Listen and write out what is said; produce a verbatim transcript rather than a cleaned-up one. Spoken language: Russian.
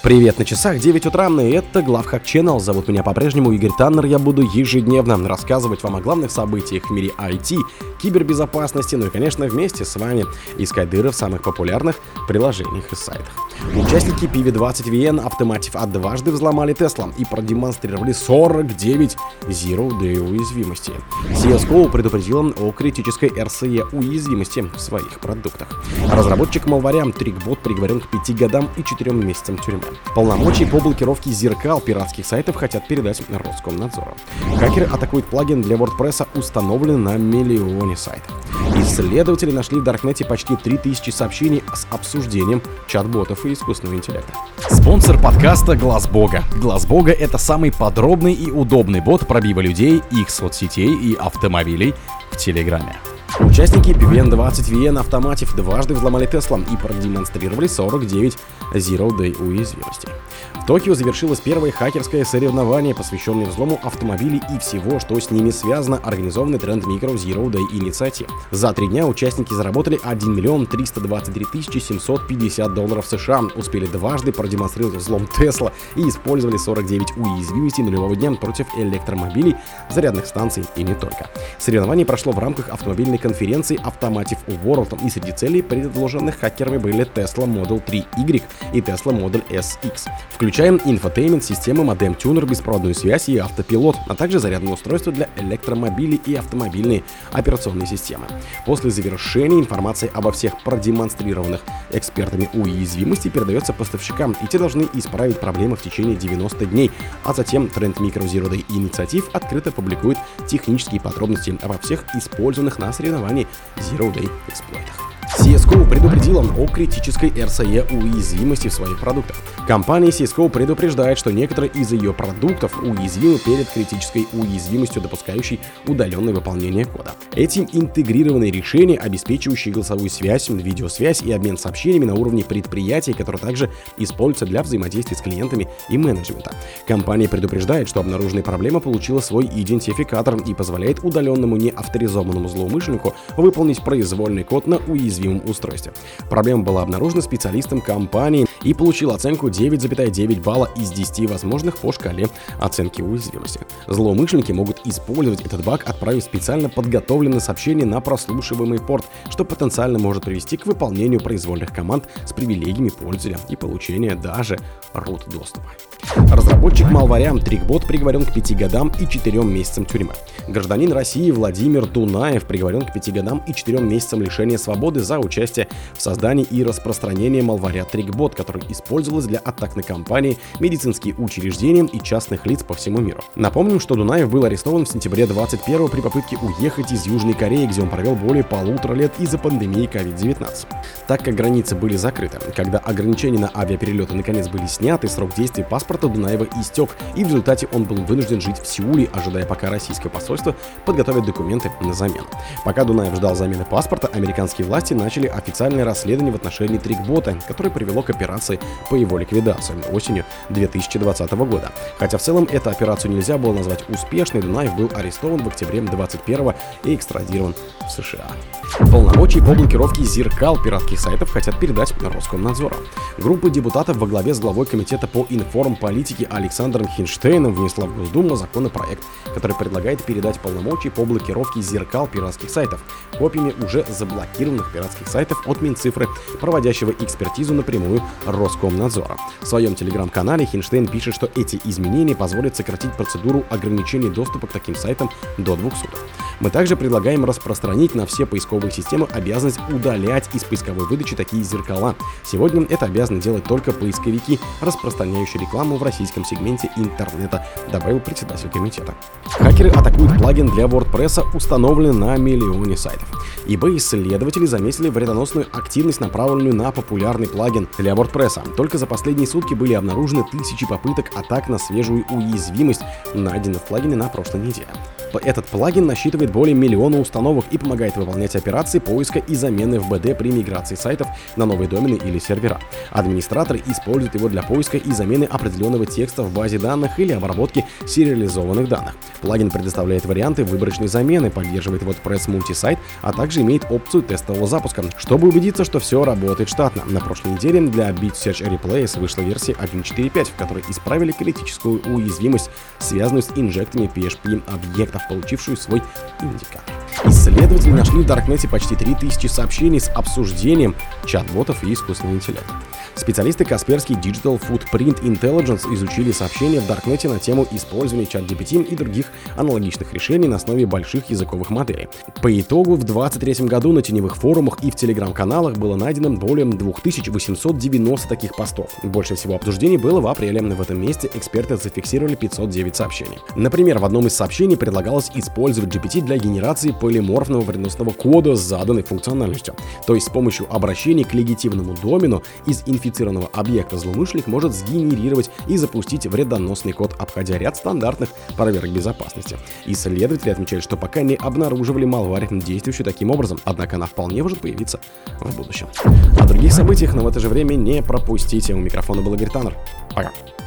Привет, на часах девять утра, и это Главхак Channel. Зовут меня по-прежнему Игорь Таннер. Я буду ежедневно рассказывать вам о главных событиях в мире ай ти, кибербезопасности, ну и, конечно, вместе с вами искать дыры в самых популярных приложениях и сайтах. Участники пи ви двадцать ви эн Automotive дважды взломали Tesla и продемонстрировали сорок девять Zero Day уязвимостей. си эс джи о предупредила о критической эр эс и уязвимости в своих продуктах. Разработчик Malware TrickBot приговорен к пяти годам и четырем месяцам тюрьмы. Полномочий по блокировке зеркал пиратских сайтов хотят передать Роскомнадзору. Хакеры атакуют плагин для WordPress, установленный на миллионе сайтов. Исследователи нашли в Даркнете почти три тысячи сообщений с обсуждением чат-ботов и искусственного интеллекта. Спонсор подкаста Глаз Бога. Глаз Бога — это самый подробный и удобный бот пробива людей, их соцсетей и автомобилей в Телеграме. Участники пи ви двадцать ви эн Automotive дважды взломали Tesla и продемонстрировали сорок девять Zero Day уязвимостей. В Токио завершилось первое хакерское соревнование, посвященное взлому автомобилей и всего, что с ними связано, организованный Trend Micro Zero Day инициатив. За три дня участники заработали один миллион триста двадцать три тысячи семьсот пятьдесят долларов США, успели дважды продемонстрировать взлом Tesla и использовали сорок девять уязвимостей нулевого дня против электромобилей, зарядных станций и не только. Соревнование прошло в рамках автомобильной конференции Automotive World, и среди целей, предложенных хакерами, были Tesla Model три Y и Tesla Model эс икс, включаем инфотеймент, системы, модем-тюнер, беспроводную связь и автопилот, а также зарядные устройства для электромобилей и автомобильные операционные системы. После завершения информация обо всех продемонстрированных экспертами уязвимостей передается поставщикам, и те должны исправить проблемы в течение девяноста дней, а затем Trend Micro Zero Day инициатив открыто публикует технические подробности обо всех использованных на соревновании Zero Day эксплойтах. си эс джи о предупредила о критической эр эс и уязвимости в своих продуктах. Компания си эс джи о предупреждает, что некоторые из ее продуктов уязвимы перед критической уязвимостью, допускающей удаленное выполнение кода. Эти интегрированные решения, обеспечивающие голосовую связь, видеосвязь и обмен сообщениями на уровне предприятий, которые также используются для взаимодействия с клиентами и менеджмента. Компания предупреждает, что обнаруженная проблема получила свой идентификатор и позволяет удаленному неавторизованному злоумышленнику выполнить произвольный код на уязвимом устройстве. Проблема была обнаружена специалистом компании и получила оценку девять целых девять балла из десяти возможных по шкале оценки уязвимости. Злоумышленники могут использовать этот баг, отправив специально подготовленное сообщение на прослушиваемый порт, что потенциально может привести к выполнению произвольных команд с привилегиями пользователя и получению даже root доступа. Разработчик Malware TrickBot приговорен к пяти годам и четырем месяцам тюрьмы. Гражданин России Владимир Дунаев приговорен к пяти годам и четырем месяцам лишения свободы за участие в создании и распространении Malware TrickBot, который использовалась для атак на компании, медицинские учреждения и частных лиц по всему миру. Напомним, что Дунаев был арестован в сентябре двадцать первого при попытке уехать из Южной Кореи, где он провел более полутора лет из-за пандемии ковид девятнадцать. Так как границы были закрыты, когда ограничения на авиаперелеты наконец были сняты, срок действия паспорта Дунаева истек, и в результате он был вынужден жить в Сеуле, ожидая, пока российское посольство подготовит документы на замену. Пока Дунаев ждал замены паспорта, американские власти начали официальное расследование в отношении TrickBot, которое привело к операции по его ликвидации осенью две тысячи двадцатого года. Хотя в целом эту операцию нельзя было назвать успешной, Дунаев был арестован в октябре двадцать первого и экстрадирован в США. Полномочий по блокировке зеркал пиратских сайтов хотят передать Роскомнадзору. Группа депутатов во главе с главой комитета по информполитике Александром Хинштейном внесла в Госдуму законопроект, который предлагает передать полномочия по блокировке зеркал пиратских сайтов копиями уже заблокированных пиратских сайтов от Минцифры, проводящего экспертизу напрямую Роскомнадзора. В своем телеграм-канале Хинштейн пишет, что эти изменения позволят сократить процедуру ограничения доступа к таким сайтам до двух суток. Мы также предлагаем распространить на все поисковые системы обязанность удалять из поисковой выдачи такие зеркала. Сегодня это обязаны делать только поисковики, распространяющие рекламу в российском сегменте интернета, добавил председатель комитета. Хакеры атакуют плагин для WordPress, установленный на миллионе сайтов. eBay-исследователи заметили вредоносную активность, направленную на популярный плагин для WordPress. Только за последние сутки были обнаружены тысячи попыток атак на свежую уязвимость, найденную в плагине на прошлой неделе. Этот плагин насчитывает более миллиона установок и помогает выполнять операции поиска и замены эф бэ дэ при миграции сайтов на новые домены или сервера. Администраторы используют его для поиска и замены определенного текста в базе данных или обработки сериализованных данных. Плагин предоставляет варианты выборочной замены, поддерживает WordPress мультисайт, а также имеет опцию тестового запуска, чтобы убедиться, что все работает штатно. На прошлой неделе для Bit Search Replace вышла версия один точка четыре точка пять, в которой исправили критическую уязвимость, связанную с инжектами пи эйч пи объектов, получившую свой индикатор. Исследователи нашли в Даркнете почти три тысячи сообщений с обсуждением чат-ботов и искусственного интеллекта. Специалисты Kaspersky Digital Footprint Intelligence изучили сообщения в Даркнете на тему использования чат джи пи ти и других аналогичных решений на основе больших языковых моделей. По итогу, в две тысячи двадцать третьем году на теневых форумах и в телеграм-каналах было найдено более две тысячи восемьсот девяносто таких постов. Больше всего обсуждений было в апреле. В этом месте эксперты зафиксировали пятьсот девять сообщений. Например, в одном из сообщений предлагалось использовать джи пи ти для генерации полиморфного вредоносного кода с заданной функциональностью. То есть с помощью обращения к легитимному домену из инфицированного объекта злоумышленник может сгенерировать и запустить вредоносный код, обходя ряд стандартных проверок безопасности. Исследователи отмечают, что пока не обнаруживали малварь, действующую таким образом, однако она вполне может появиться в будущем. О других событиях, но в это же время не пропустите. У микрофона был Игорь Таннер. Пока.